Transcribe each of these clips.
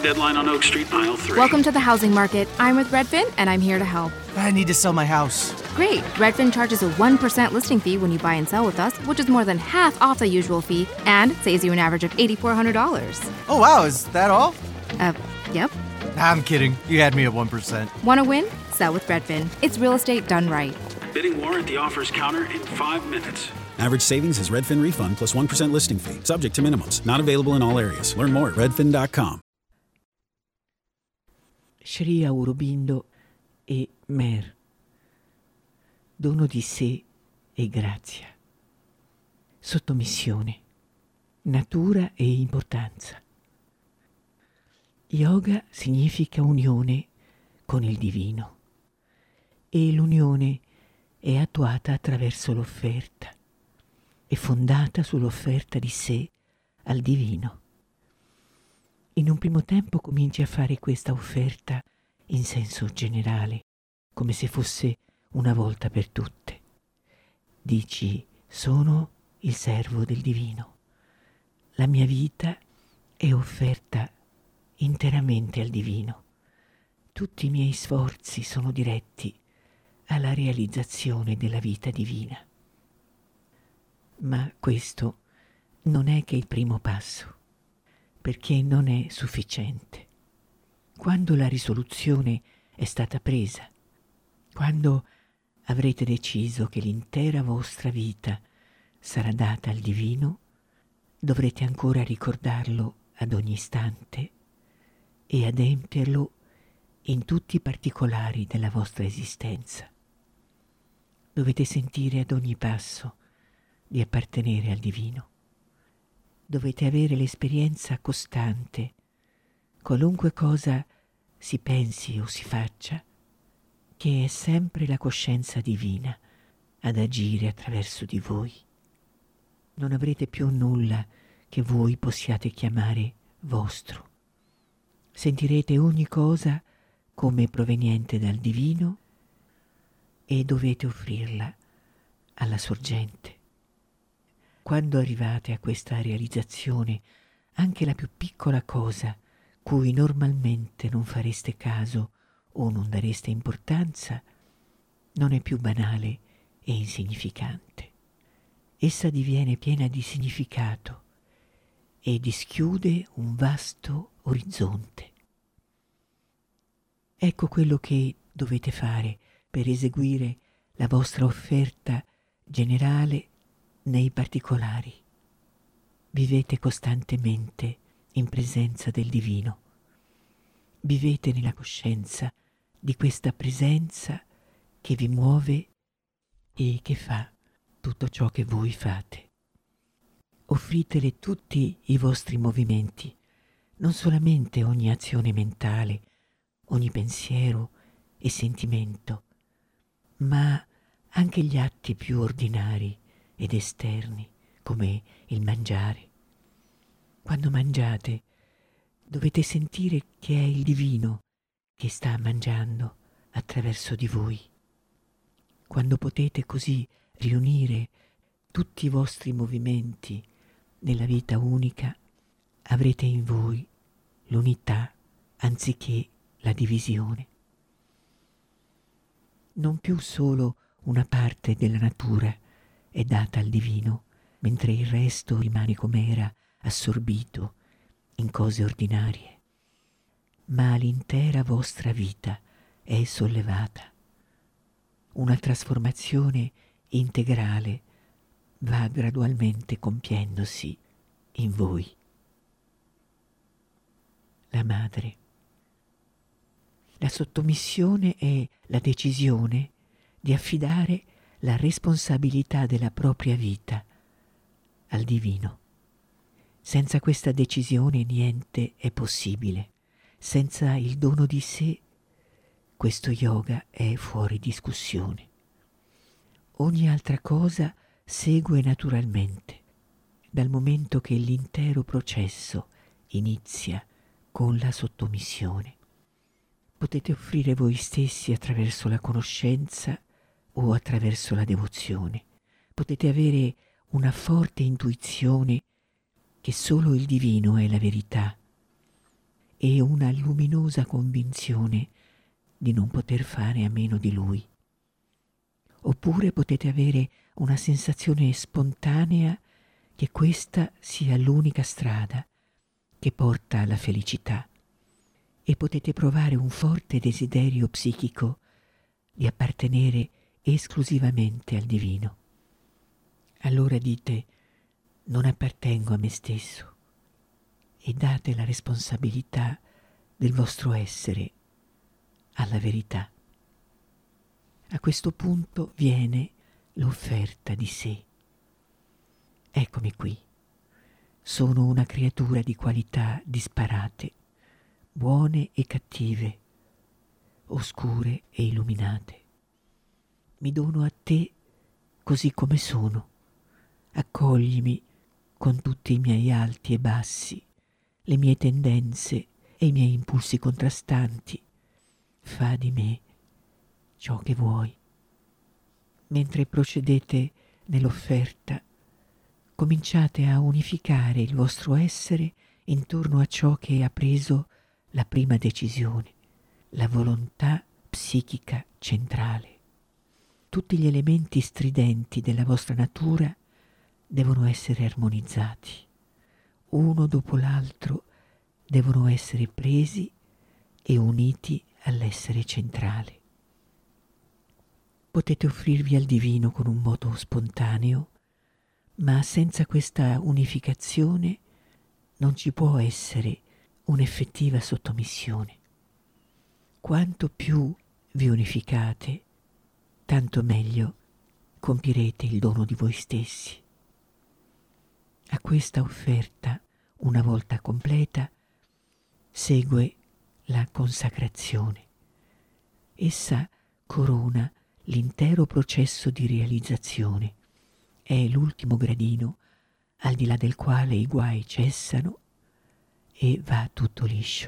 deadline on Oak Street, aisle 3. Welcome to the housing market. I'm with Redfin, and I'm here to help. I need to sell my house. Great. Redfin charges a 1% listing fee when you buy and sell with us, which is more than half off the usual fee and saves you an average of $8,400. Oh, wow. Is that all? Yep. I'm kidding. You had me at 1%. Want to win? Sell with Redfin. It's real estate done right. Bidding war at the offers counter in 5 minutes. Average savings is Redfin refund plus 1% listing fee. Subject to minimums. Not available in all areas. Learn more at redfin.com. Sri Aurobindo e Mer. Dono di sé e grazia. Sottomissione. Natura e importanza. Yoga significa unione con il divino e l'unione è attuata attraverso l'offerta. È fondata sull'offerta di sé al divino. In un primo tempo cominci a fare questa offerta in senso generale, come se fosse una volta per tutte. Dici: sono il servo del divino. La mia vita è offerta interamente al divino. Tutti i miei sforzi sono diretti alla realizzazione della vita divina. Ma questo non è che il primo passo, perché non è sufficiente. Quando la risoluzione è stata presa, quando avrete deciso che l'intera vostra vita sarà data al divino, dovrete ancora ricordarlo ad ogni istante e adempierlo in tutti i particolari della vostra esistenza. Dovete sentire ad ogni passo di appartenere al divino. Dovete avere l'esperienza costante, qualunque cosa si pensi o si faccia, che è sempre la coscienza divina ad agire attraverso di voi. Non avrete più nulla che voi possiate chiamare vostro. Sentirete ogni cosa come proveniente dal divino e dovete offrirla alla sorgente. Quando arrivate a questa realizzazione, anche la più piccola cosa cui normalmente non fareste caso o non dareste importanza, non è più banale e insignificante. Essa diviene piena di significato e dischiude un vasto orizzonte. Ecco quello che dovete fare per eseguire la vostra offerta generale nei particolari. Vivete costantemente in presenza del divino. Vivete nella coscienza di questa presenza che vi muove e che fa tutto ciò che voi fate. Offritele tutti i vostri movimenti, non solamente ogni azione mentale, ogni pensiero e sentimento, ma anche gli atti più ordinari ed esterni, come il mangiare. Quando mangiate, dovete sentire che è il divino che sta mangiando attraverso di voi. Quando potete così riunire tutti i vostri movimenti nella vita unica, avrete in voi l'unità anziché la divisione. Non più solo una parte della natura è data al divino, mentre il resto rimane com'era, assorbito in cose ordinarie, ma l'intera vostra vita è sollevata. Una trasformazione integrale va gradualmente compiendosi in voi. La madre. La sottomissione è la decisione di affidare la responsabilità della propria vita al divino. Senza questa decisione niente è possibile. Senza il dono di sé, questo yoga è fuori discussione. Ogni altra cosa segue naturalmente, dal momento che l'intero processo inizia con la sottomissione. Potete offrire voi stessi attraverso la conoscenza o attraverso la devozione. Potete avere una forte intuizione che solo il divino è la verità e una luminosa convinzione di non poter fare a meno di Lui. Oppure potete avere una sensazione spontanea che questa sia l'unica strada che porta alla felicità e potete provare un forte desiderio psichico di appartenere esclusivamente al divino. Allora dite: non appartengo a me stesso, e date la responsabilità del vostro essere alla verità. A questo punto viene l'offerta di sé. Eccomi qui. Sono una creatura di qualità disparate, buone e cattive, oscure e illuminate. Mi dono a te così come sono. Accoglimi con tutti i miei alti e bassi, le mie tendenze e i miei impulsi contrastanti. Fa di me ciò che vuoi. Mentre procedete nell'offerta, cominciate a unificare il vostro essere intorno a ciò che ha preso la prima decisione, la volontà psichica centrale. Tutti gli elementi stridenti della vostra natura devono essere armonizzati. Uno dopo l'altro devono essere presi e uniti all'essere centrale. Potete offrirvi al divino con un modo spontaneo, ma senza questa unificazione non ci può essere un'effettiva sottomissione. Quanto più vi unificate, tanto meglio compirete il dono di voi stessi. A questa offerta, una volta completa, segue la consacrazione. Essa corona l'intero processo di realizzazione. È l'ultimo gradino al di là del quale i guai cessano e va tutto liscio.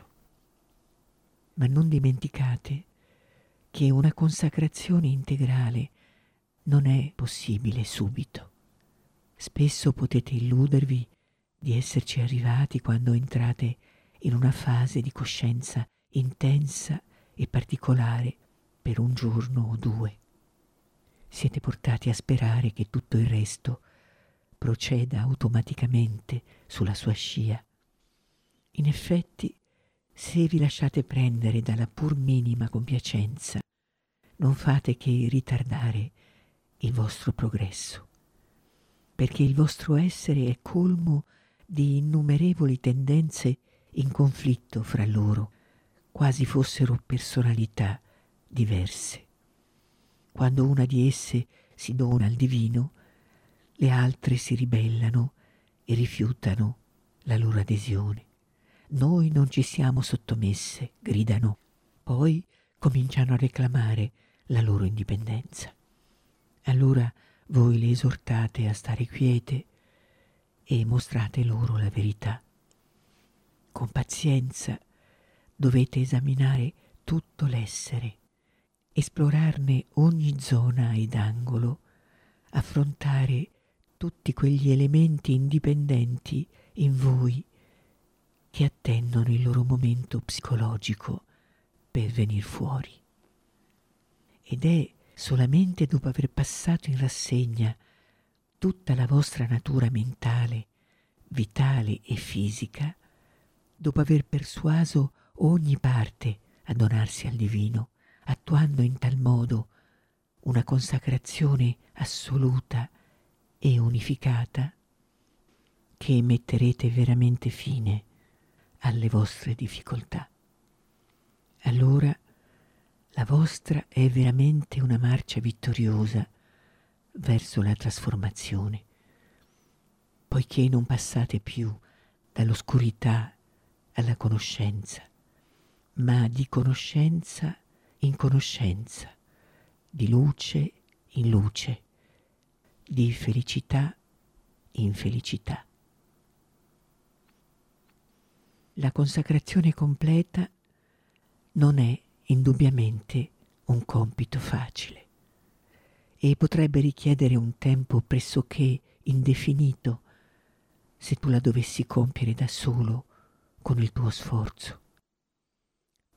Ma non dimenticate che una consacrazione integrale non è possibile subito. Spesso potete illudervi di esserci arrivati quando entrate in una fase di coscienza intensa e particolare per un giorno o due. Siete portati a sperare che tutto il resto proceda automaticamente sulla sua scia. In effetti, se vi lasciate prendere dalla pur minima compiacenza, non fate che ritardare il vostro progresso, perché il vostro essere è colmo di innumerevoli tendenze in conflitto fra loro, quasi fossero personalità diverse. Quando una di esse si dona al divino, le altre si ribellano e rifiutano la loro adesione. Noi non ci siamo sottomesse, gridano, poi cominciano a reclamare la loro indipendenza. Allora voi le esortate a stare quiete e mostrate loro la verità. Con pazienza dovete esaminare tutto l'essere, esplorarne ogni zona ed angolo, affrontare tutti quegli elementi indipendenti in voi che attendono il loro momento psicologico per venir fuori. Ed è solamente dopo aver passato in rassegna tutta la vostra natura mentale, vitale e fisica, dopo aver persuaso ogni parte a donarsi al divino, attuando in tal modo una consacrazione assoluta e unificata, che metterete veramente fine alle vostre difficoltà. Allora la vostra è veramente una marcia vittoriosa verso la trasformazione, poiché non passate più dall'oscurità alla conoscenza, ma di conoscenza in conoscenza, di luce in luce, di felicità in felicità. La consacrazione completa non è indubbiamente un compito facile e potrebbe richiedere un tempo pressoché indefinito se tu la dovessi compiere da solo con il tuo sforzo.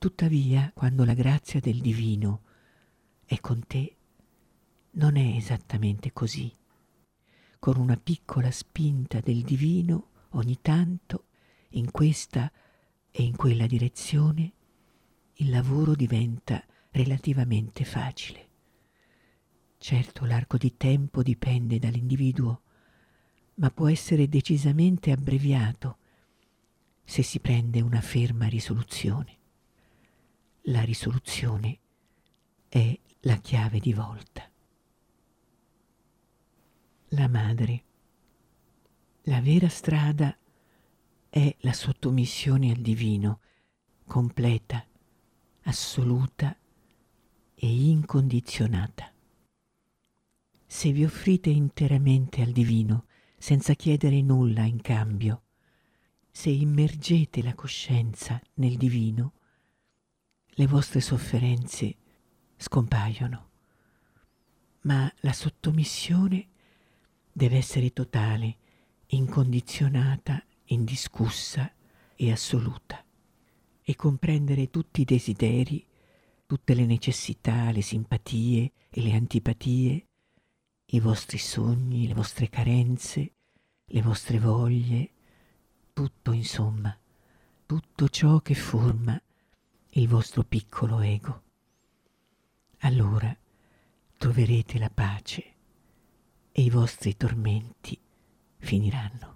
Tuttavia, quando la grazia del divino è con te, non è esattamente così. Con una piccola spinta del divino, ogni tanto, in questa e in quella direzione, il lavoro diventa relativamente facile. Certo, l'arco di tempo dipende dall'individuo, ma può essere decisamente abbreviato se si prende una ferma risoluzione. La risoluzione è la chiave di volta. La madre. La vera strada è la sottomissione al divino, completa, assoluta e incondizionata. Se vi offrite interamente al divino, senza chiedere nulla in cambio, se immergete la coscienza nel divino, le vostre sofferenze scompaiono. Ma la sottomissione deve essere totale, incondizionata, indiscussa e assoluta, e comprendere tutti i desideri, tutte le necessità, le simpatie e le antipatie, i vostri sogni, le vostre carenze, le vostre voglie, tutto insomma, tutto ciò che forma il vostro piccolo ego. Allora troverete la pace e i vostri tormenti finiranno.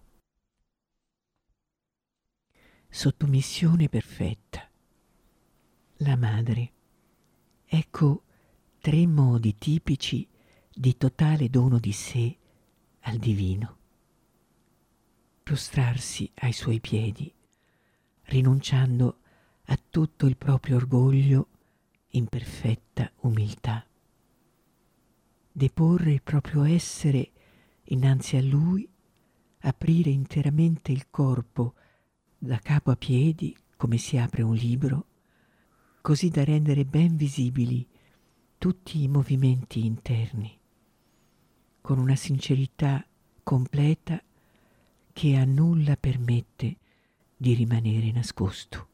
Sottomissione perfetta. La madre. Ecco 3 modi tipici di totale dono di sé al divino. Prostrarsi ai suoi piedi, rinunciando a tutto il proprio orgoglio in perfetta umiltà. Deporre il proprio essere innanzi a lui, aprire interamente il corpo da capo a piedi come si apre un libro, così da rendere ben visibili tutti i movimenti interni, con una sincerità completa che a nulla permette di rimanere nascosto.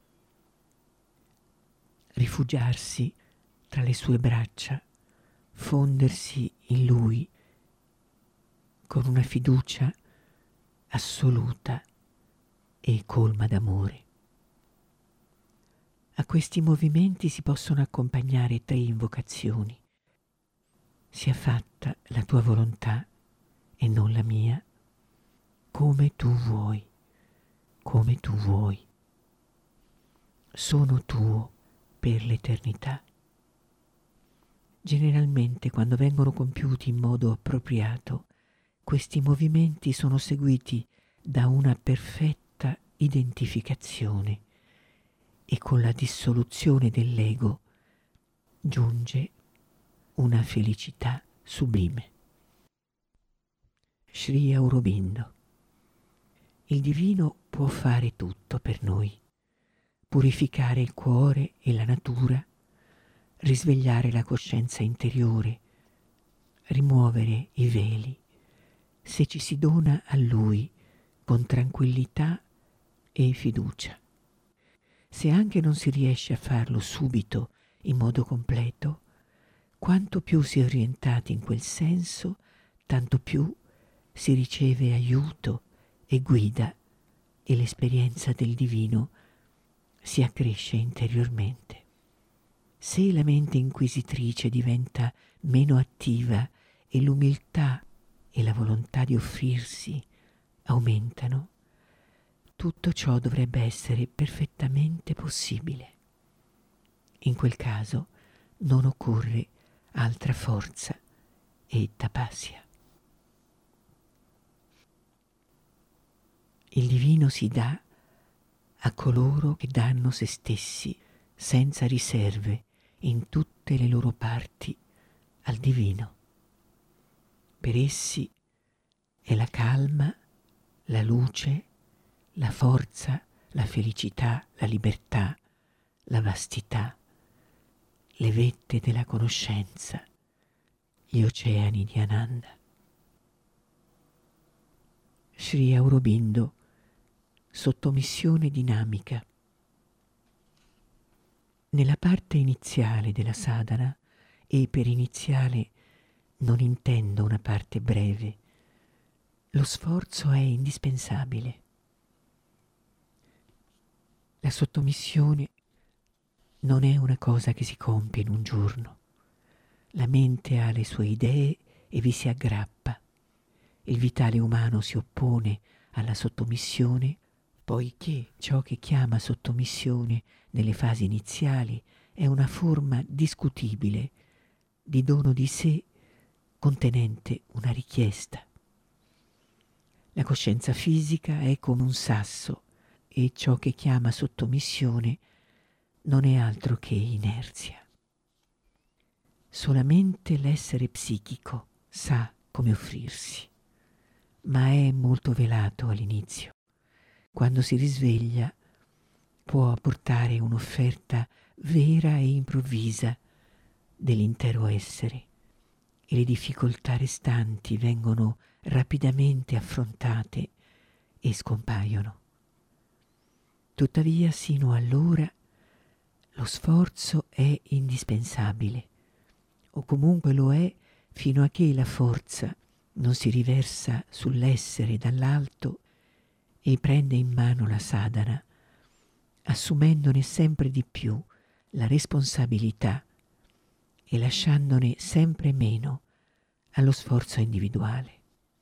Rifugiarsi tra le sue braccia, fondersi in lui con una fiducia assoluta e colma d'amore. A questi movimenti si possono accompagnare 3 invocazioni. Sia fatta la tua volontà e non la mia, come tu vuoi, come tu vuoi. Sono tuo per l'eternità. Generalmente, quando vengono compiuti in modo appropriato, questi movimenti sono seguiti da una perfetta identificazione e con la dissoluzione dell'ego giunge una felicità sublime. Sri Aurobindo. Il divino può fare tutto per noi, purificare il cuore e la natura, risvegliare la coscienza interiore, rimuovere i veli, se ci si dona a Lui con tranquillità e fiducia. Se anche non si riesce a farlo subito in modo completo, quanto più si è orientati in quel senso, tanto più si riceve aiuto e guida e l'esperienza del divino si accresce interiormente. Se la mente inquisitrice diventa meno attiva e l'umiltà e la volontà di offrirsi aumentano, tutto ciò dovrebbe essere perfettamente possibile. In quel caso non occorre altra forza e tapasya. Il divino si dà a coloro che danno se stessi senza riserve in tutte le loro parti al divino. Per essi è la calma, la luce, la forza, la felicità, la libertà, la vastità, le vette della conoscenza, gli oceani di Ananda. Sri Aurobindo, sottomissione dinamica. Nella parte iniziale della sadhana, e per iniziale non intendo una parte breve, lo sforzo è indispensabile. La sottomissione non è una cosa che si compie in un giorno. La mente ha le sue idee e vi si aggrappa. Il vitale umano si oppone alla sottomissione, poiché ciò che chiama sottomissione nelle fasi iniziali è una forma discutibile di dono di sé contenente una richiesta. La coscienza fisica è come un sasso e ciò che chiama sottomissione non è altro che inerzia. Solamente l'essere psichico sa come offrirsi, ma è molto velato all'inizio. Quando si risveglia può portare un'offerta vera e improvvisa dell'intero essere e le difficoltà restanti vengono rapidamente affrontate e scompaiono. Tuttavia, sino allora, lo sforzo è indispensabile, o comunque lo è fino a che la forza non si riversa sull'essere dall'alto e prende in mano la sadhana, assumendone sempre di più la responsabilità e lasciandone sempre meno allo sforzo individuale.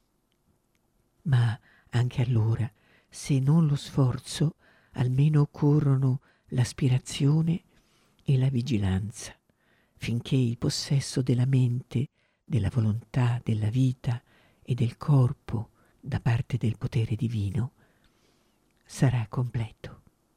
Ma anche allora, se non lo sforzo, almeno occorrono l'aspirazione e la vigilanza, finché il possesso della mente, della volontà, della vita e del corpo da parte del potere divino sarà completo.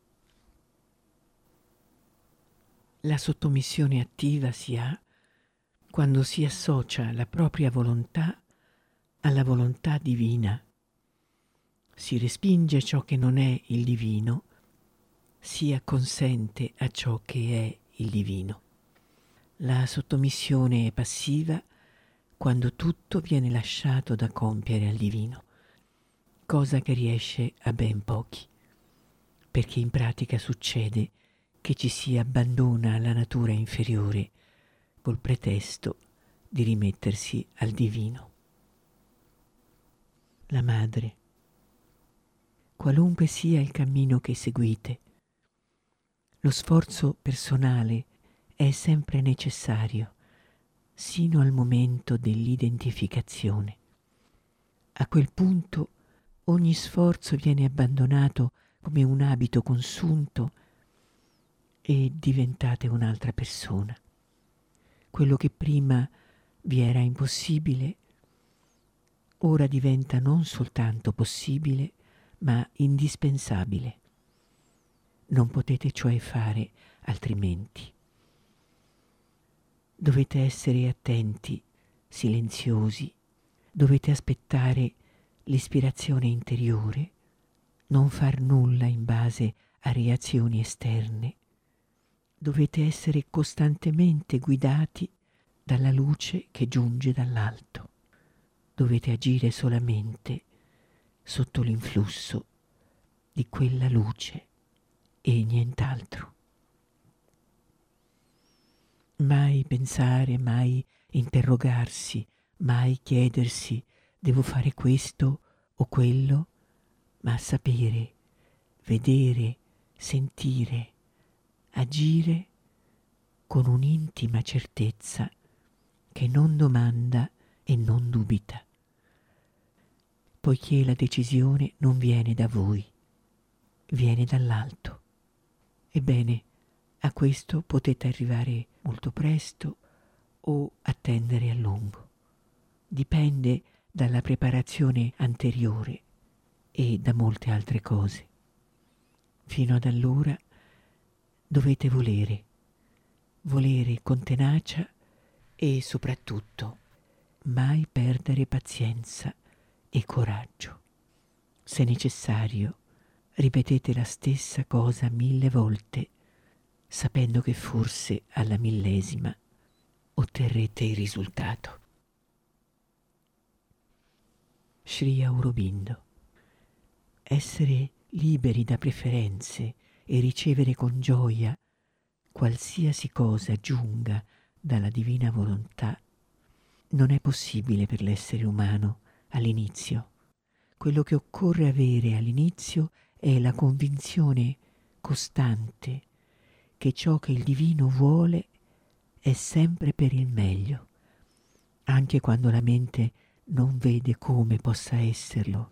La sottomissione attiva si ha quando si associa la propria volontà alla volontà divina, si respinge ciò che non è il divino, si acconsente a ciò che è il divino. La sottomissione è passiva quando tutto viene lasciato da compiere al divino, cosa che riesce a ben pochi, perché in pratica succede che ci si abbandona alla natura inferiore col pretesto di rimettersi al divino. La madre. Qualunque sia il cammino che seguite, lo sforzo personale è sempre necessario, sino al momento dell'identificazione. A quel punto ogni sforzo viene abbandonato come un abito consunto e diventate un'altra persona. Quello che prima vi era impossibile, ora diventa non soltanto possibile, ma indispensabile. Non potete cioè fare altrimenti. Dovete essere attenti, silenziosi, dovete aspettare l'ispirazione interiore, non far nulla in base a reazioni esterne. Dovete essere costantemente guidati dalla luce che giunge dall'alto. Dovete agire solamente sotto l'influsso di quella luce e nient'altro. Mai pensare, mai interrogarsi, mai chiedersi devo fare questo o quello, ma sapere, vedere, sentire, agire con un'intima certezza che non domanda e non dubita, poiché la decisione non viene da voi, viene dall'alto. Ebbene, a questo potete arrivare molto presto o attendere a lungo. Dipende dalla preparazione anteriore e da molte altre cose. Fino ad allora dovete volere con tenacia e soprattutto mai perdere pazienza e coraggio. Se necessario, ripetete la stessa cosa 1000 volte, sapendo che forse alla 1000ª otterrete il risultato. Sri Aurobindo. Essere liberi da preferenze e ricevere con gioia qualsiasi cosa giunga dalla divina volontà, non è possibile per l'essere umano all'inizio. Quello che occorre avere all'inizio è la convinzione costante che ciò che il divino vuole è sempre per il meglio, anche quando la mente non vede come possa esserlo.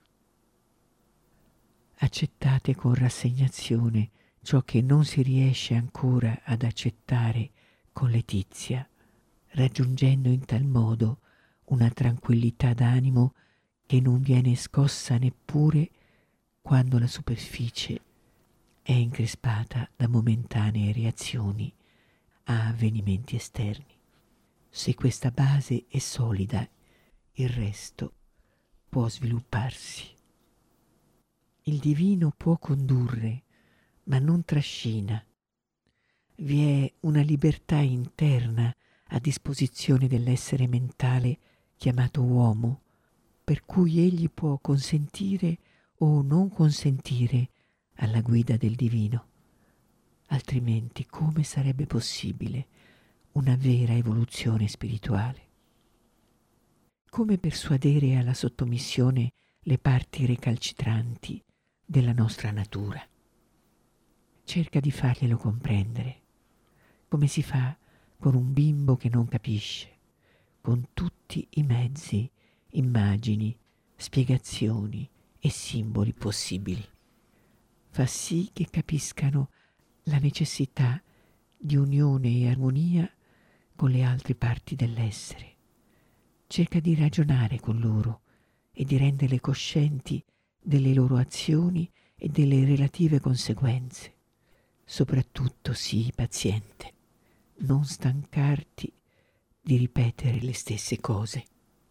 Accettate con rassegnazione ciò che non si riesce ancora ad accettare con letizia, raggiungendo in tal modo una tranquillità d'animo che non viene scossa neppure quando la superficie è increspata da momentanee reazioni a avvenimenti esterni. Se questa base è solida, il resto può svilupparsi. Il divino può condurre, ma non trascina. Vi è una libertà interna a disposizione dell'essere mentale chiamato uomo, per cui egli può consentire o non consentire alla guida del divino. Altrimenti come sarebbe possibile una vera evoluzione spirituale? Come persuadere alla sottomissione le parti recalcitranti della nostra natura? Cerca di farglielo comprendere, come si fa con un bimbo che non capisce, con tutti i mezzi, immagini, spiegazioni e simboli possibili. Fa sì che capiscano la necessità di unione e armonia con le altre parti dell'essere. Cerca di ragionare con loro e di renderle coscienti delle loro azioni e delle relative conseguenze. Soprattutto sii paziente, non stancarti di ripetere le stesse cose.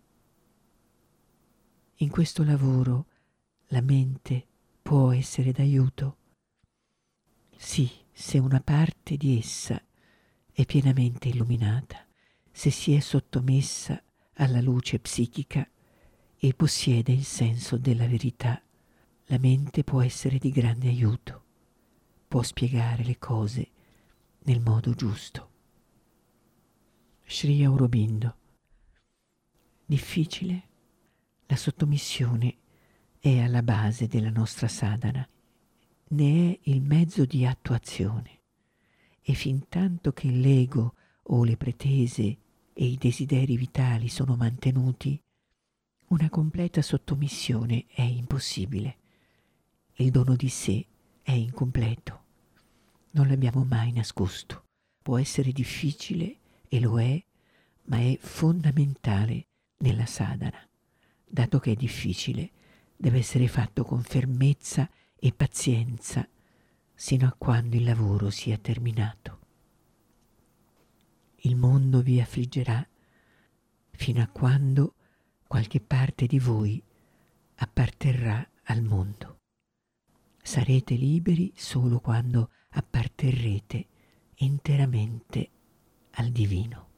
In questo lavoro la mente può essere d'aiuto? Sì, se una parte di essa è pienamente illuminata, se si è sottomessa alla luce psichica e possiede il senso della verità, la mente può essere di grande aiuto, può spiegare le cose nel modo giusto. Sri Aurobindo. Difficile? La sottomissione è alla base della nostra sadhana, ne è il mezzo di attuazione e fintanto che l'ego o le pretese e i desideri vitali sono mantenuti, una completa sottomissione è impossibile. Il dono di sé è incompleto. Non l'abbiamo mai nascosto. Può essere difficile, e lo è, ma è fondamentale nella sadhana. Dato che è difficile, deve essere fatto con fermezza e pazienza sino a quando il lavoro sia terminato. Il mondo vi affliggerà fino a quando qualche parte di voi apparterrà al mondo. Sarete liberi solo quando apparterrete interamente al divino.